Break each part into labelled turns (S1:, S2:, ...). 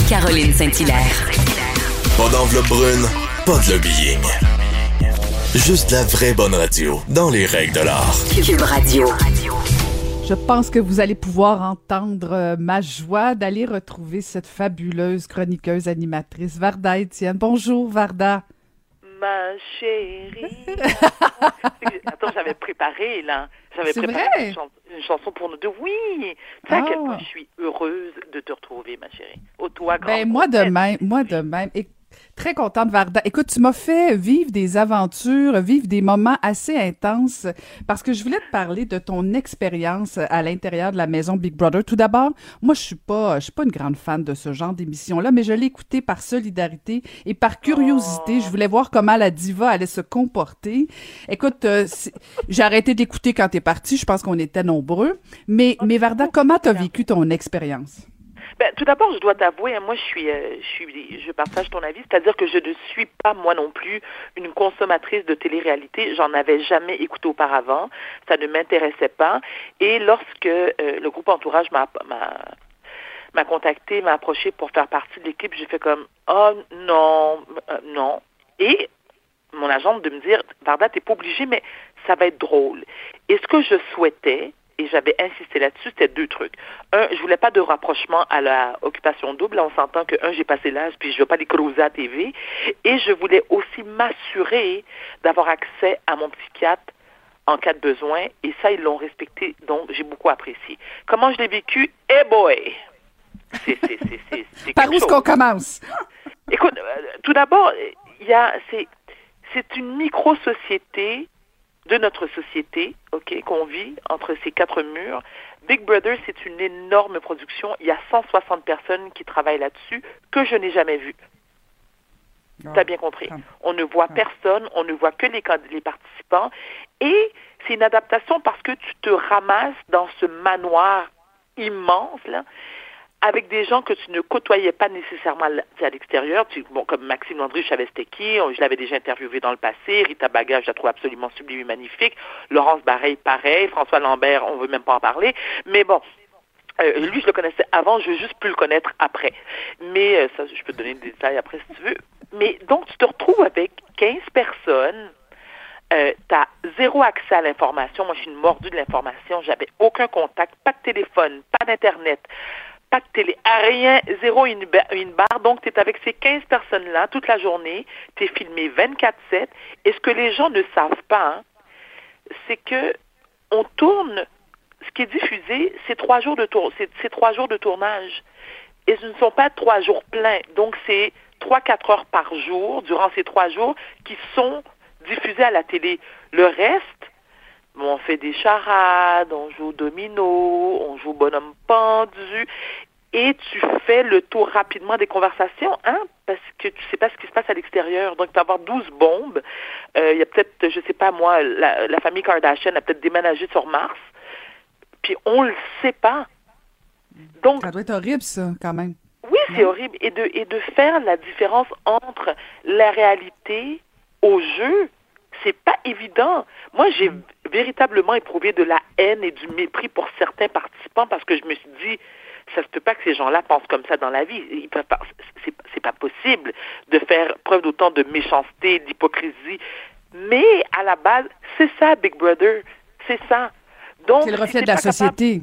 S1: Caroline Saint-Hilaire.
S2: Pas d'enveloppe brune, pas de lobbying. Juste de la vraie bonne radio, dans les règles de l'art.
S1: Cube Radio.
S3: Je pense que vous allez pouvoir entendre ma joie d'aller retrouver cette fabuleuse chroniqueuse animatrice, Varda Étienne. Bonjour, Varda.
S4: Ma chérie. Attends, j'avais préparé, là. J'avais
S3: C'est
S4: préparé
S3: vrai?
S4: une chanson pour nous deux. Oui! Tu sais à quel point je suis heureuse de te retrouver, ma chérie. Au toi, grand.
S3: Ben, moi de même. Et très contente, Varda. Écoute, tu m'as fait vivre des aventures, vivre des moments assez intenses, parce que je voulais te parler de ton expérience à l'intérieur de la maison Big Brother. Tout d'abord, moi, je suis pas une grande fan de ce genre d'émission-là, mais je l'ai écouté par solidarité et par curiosité. Je voulais voir comment la diva allait se comporter. Écoute, j'ai arrêté d'écouter quand t'es partie. Je pense qu'on était nombreux. Mais Varda, comment t'as vécu ton expérience?
S4: Ben, tout d'abord, je dois t'avouer, moi, je partage ton avis, c'est-à-dire que je ne suis pas, moi non plus, une consommatrice de télé-réalité. J'en avais jamais écouté auparavant. Ça ne m'intéressait pas. Et lorsque le groupe Entourage m'a contacté, m'a approché pour faire partie de l'équipe, j'ai fait comme, oh non, non. Et mon agente de me dire, Varda, t'es pas obligée, mais ça va être drôle. Et ce que je souhaitais, et j'avais insisté là-dessus, c'était deux trucs. Un, je voulais pas de rapprochement à la occupation double. Là, on s'entend que, j'ai passé l'âge, puis je veux pas les cruiser à TV. Et je voulais aussi m'assurer d'avoir accès à mon psychiatre en cas de besoin. Et ça, ils l'ont respecté, donc j'ai beaucoup apprécié. Comment je l'ai vécu? Eh boy! C'est
S3: Par où est-ce qu'on commence?
S4: Écoute, tout d'abord, c'est une micro-société de notre société, OK, qu'on vit entre ces quatre murs. Big Brother, c'est une énorme production. Il y a 160 personnes qui travaillent là-dessus que je n'ai jamais vues. Tu as bien compris. On ne voit personne, on ne voit que les participants. Et c'est une adaptation parce que tu te ramasses dans ce manoir immense, là, avec des gens que tu ne côtoyais pas nécessairement à l'extérieur. Comme Maxime Landry, je savais c'était qui, je l'avais déjà interviewé dans le passé, Rita Baga, je la trouve absolument sublime et magnifique, Laurence Bareil, pareil, François Lambert, on veut même pas en parler, mais bon, lui, je le connaissais avant, je veux juste plus le connaître après. Mais ça, je peux te donner des détails après si tu veux. Mais donc, tu te retrouves avec 15 personnes, t'as zéro accès à l'information. Moi, je suis une mordue de l'information, j'avais aucun contact, pas de téléphone, pas d'Internet, pas de télé, rien, zéro une barre. Donc, tu es avec ces 15 personnes-là toute la journée, tu es filmé 24/7. Et ce que les gens ne savent pas, c'est que on tourne, ce qui est diffusé, c'est 3 jours de c'est 3 jours de tournage. Et ce ne sont pas 3 jours pleins. Donc, c'est 3-4 heures par jour, durant ces 3 jours, qui sont diffusés à la télé. Le reste, on fait des charades, on joue au domino, on joue au bonhomme pendu, et tu fais le tour rapidement des conversations, parce que tu sais pas ce qui se passe à l'extérieur. Donc, tu vas avoir 12 bombes. Il y a peut-être, je sais pas moi, la famille Kardashian a peut-être déménagé sur Mars, puis on le sait pas. Donc,
S3: ça doit être horrible, ça, quand même.
S4: Oui, c'est horrible. Et de faire la différence entre la réalité au jeu, c'est pas évident. Moi, j'ai véritablement éprouvé de la haine et du mépris pour certains participants parce que je me suis dit, ça se peut pas que ces gens-là pensent comme ça dans la vie. Ils peuvent pas, c'est pas possible de faire preuve d'autant de méchanceté, d'hypocrisie. Mais à la base, c'est ça, Big Brother. C'est ça. Donc,
S3: c'est le reflet de la société.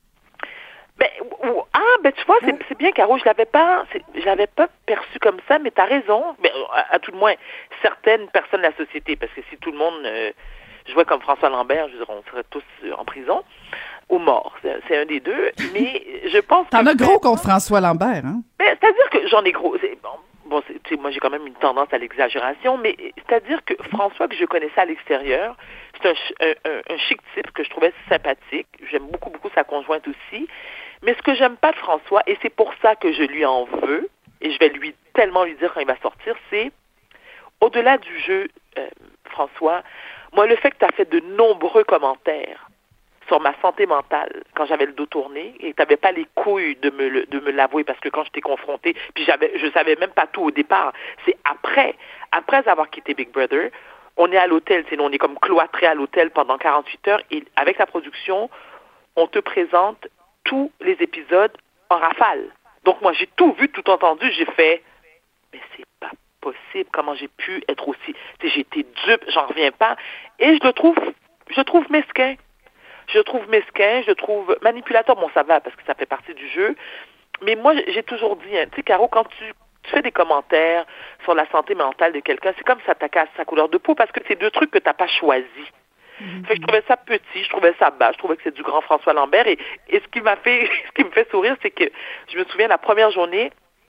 S4: Ben tu vois, c'est bien, Caro, je l'avais pas perçu comme ça, mais t'as raison. Ben, à tout le moins, certaines personnes de la société, parce que si tout le monde jouait comme François Lambert, je veux dire, on serait tous en prison ou morts. C'est un des deux. Mais je pense
S3: T'en as gros contre François Lambert, hein?
S4: Ben, c'est-à-dire que j'en ai gros. Moi, j'ai quand même une tendance à l'exagération, mais c'est-à-dire que François, que je connaissais à l'extérieur, c'est un chic type que je trouvais sympathique. J'aime beaucoup, beaucoup sa conjointe aussi. Mais ce que j'aime pas de François, et c'est pour ça que je lui en veux, et je vais tellement lui dire quand il va sortir, c'est, au-delà du jeu, François, moi, le fait que tu as fait de nombreux commentaires sur ma santé mentale quand j'avais le dos tourné et tu n'avais pas les couilles de me l'avouer parce que quand je t'ai confronté, puis je savais même pas tout au départ, c'est après avoir quitté Big Brother, on est à l'hôtel, on est comme cloîtré à l'hôtel pendant 48 heures et avec la production, on te présente tous les épisodes en rafale. Donc, moi, j'ai tout vu, tout entendu. J'ai fait, mais c'est pas possible. Comment j'ai pu être aussi... J'ai été dupe, j'en reviens pas. Et je le trouve mesquin. Je le trouve manipulateur. Bon, ça va, parce que ça fait partie du jeu. Mais moi, j'ai toujours dit, hein, tu sais, Caro, quand tu fais des commentaires sur la santé mentale de quelqu'un, c'est comme s'attaquer à sa couleur de peau, parce que c'est deux trucs que t'as pas choisis. Fait que je trouvais ça petit, je trouvais ça bas, je trouvais que c'est du grand François Lambert. Et ce qui me fait sourire, c'est que je me souviens la première journée,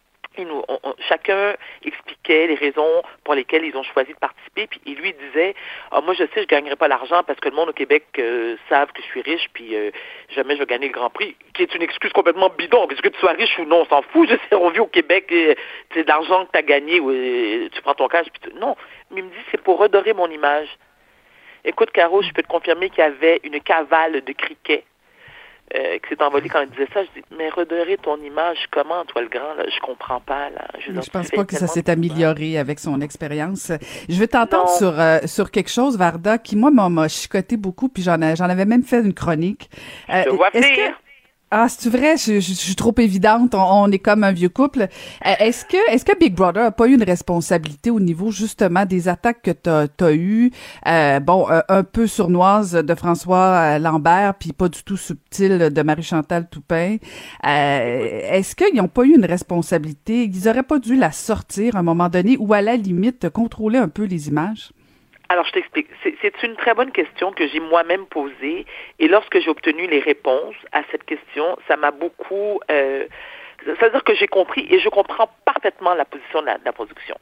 S4: chacun expliquait les raisons pour lesquelles ils ont choisi de participer, puis il lui disait moi je sais je gagnerai pas l'argent parce que le monde au Québec savent que je suis riche, puis jamais je vais gagner le Grand Prix, qui est une excuse complètement bidon. Est-ce que tu sois riche ou non, on s'en fout. Je sais, on vit au Québec, c'est de l'argent que tu as gagné, ou tu prends ton cash, puis non. Mais il me dit c'est pour redorer mon image. Écoute, Caro, je peux te confirmer qu'il y avait une cavale de criquets qui s'est envolée quand il disait ça. Je dis, mais redorer ton image, comment, toi, le grand, là? Je comprends pas, là. Je
S3: pense pas que ça s'est amélioré avec son expérience. Je vais t'entendre sur quelque chose, Varda, qui, moi, m'a chicoté beaucoup, puis j'en avais même fait une chronique.
S4: Je te vois venir.
S3: Ah, c'est vrai, je suis trop évidente, on est comme un vieux couple. Est-ce que Big Brother a pas eu une responsabilité au niveau justement des attaques que t'as eues, un peu sournoises de François Lambert, puis pas du tout subtiles de Marie-Chantal Toupin? Est-ce qu'ils n'ont pas eu une responsabilité? Ils auraient pas dû la sortir à un moment donné, ou à la limite contrôler un peu les images?
S4: Alors, je t'explique. C'est une très bonne question que j'ai moi-même posée. Et lorsque j'ai obtenu les réponses à cette question, ça m'a beaucoup... ça veut dire que j'ai compris et je comprends parfaitement la position de la production.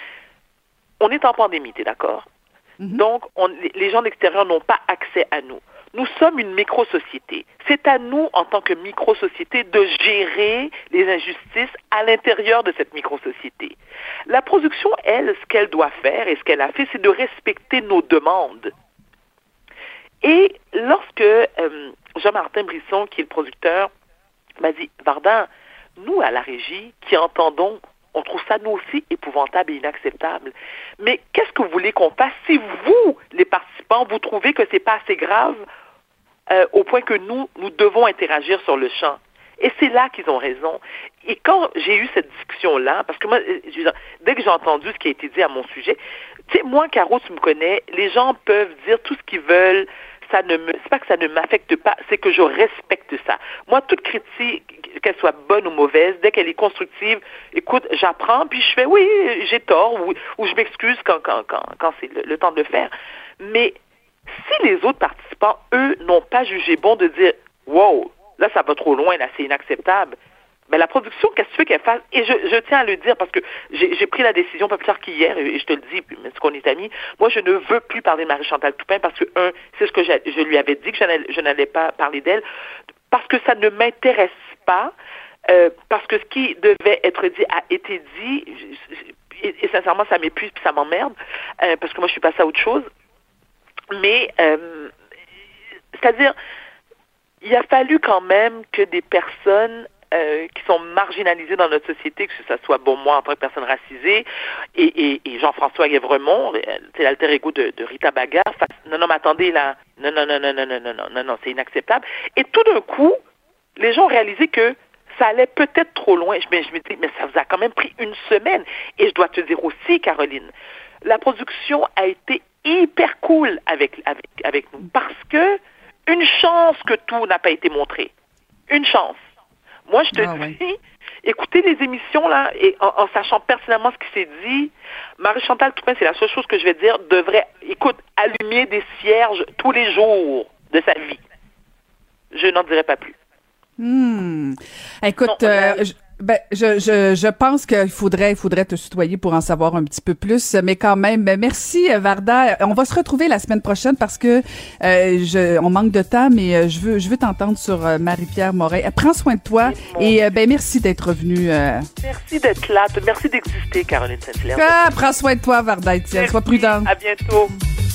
S4: On est en pandémie, t'es d'accord? Mm-hmm. Donc, les gens de l'extérieur n'ont pas accès à nous. Nous sommes une micro-société. C'est à nous, en tant que micro-société, de gérer les injustices à l'intérieur de cette micro-société. La production, elle, ce qu'elle doit faire et ce qu'elle a fait, c'est de respecter nos demandes. Et lorsque Jean-Martin Brisson, qui est le producteur, m'a dit, Varda, nous, à la régie, qui entendons, on trouve ça, nous aussi, épouvantable et inacceptable. Mais qu'est-ce que vous voulez qu'on fasse si vous, les participants, vous trouvez que c'est pas assez grave au point que nous devons interagir sur le champ? Et c'est là qu'ils ont raison. Et quand j'ai eu cette discussion-là, parce que moi, dès que j'ai entendu ce qui a été dit à mon sujet, tu sais, moi, Caro, tu me connais, les gens peuvent dire tout ce qu'ils veulent, c'est pas que ça ne m'affecte pas, c'est que je respecte ça. Moi, toute critique, qu'elle soit bonne ou mauvaise, dès qu'elle est constructive, écoute, j'apprends, puis je fais, oui, j'ai tort, ou je m'excuse quand c'est le temps de le faire. Mais si les autres participants, eux, n'ont pas jugé bon de dire, wow, là, ça va trop loin, là, c'est inacceptable. Mais la production, qu'est-ce que tu veux qu'elle fasse? Et je tiens à le dire parce que j'ai pris la décision pas plus tard qu'hier, et je te le dis, parce qu'on est amis. Moi, je ne veux plus parler de Marie-Chantal Toupin parce que, c'est ce que je lui avais dit que je n'allais pas parler d'elle, parce que ça ne m'intéresse pas, parce que ce qui devait être dit a été dit, et sincèrement, ça m'épuise puis ça m'emmerde, parce que moi, je suis passée à autre chose. Mais, c'est-à-dire, il a fallu quand même que des personnes qui sont marginalisées dans notre société, que ce soit moi en tant que personne racisée, et Jean-François Guévremont, c'est l'alter ego de Rita Baga, non, mais attendez là, non, c'est inacceptable. Et tout d'un coup, les gens ont réalisé que ça allait peut-être trop loin. Je me dis, mais ça vous a quand même pris une semaine. Et je dois te dire aussi, Caroline, la production a été hyper cool avec nous, parce que une chance que tout n'a pas été montré. Une chance. Moi, je te dis, écoutez les émissions, là, et en sachant personnellement ce qui s'est dit, Marie-Chantal Toupin, c'est la seule chose que je vais dire, devrait, allumer des cierges tous les jours de sa vie. Je n'en dirai pas plus.
S3: Écoute, je pense qu'il faudrait te tutoyer pour en savoir un petit peu plus, mais quand même, merci Varda. On va se retrouver la semaine prochaine parce que on manque de temps, mais je veux t'entendre sur Marie-Pierre Morin. Prends soin de toi et merci d'être revenue.
S4: Merci d'être là, merci d'exister, Caroline Saint-Hilaire.
S3: Prends soin de toi, Varda. Sois prudente.
S4: À bientôt.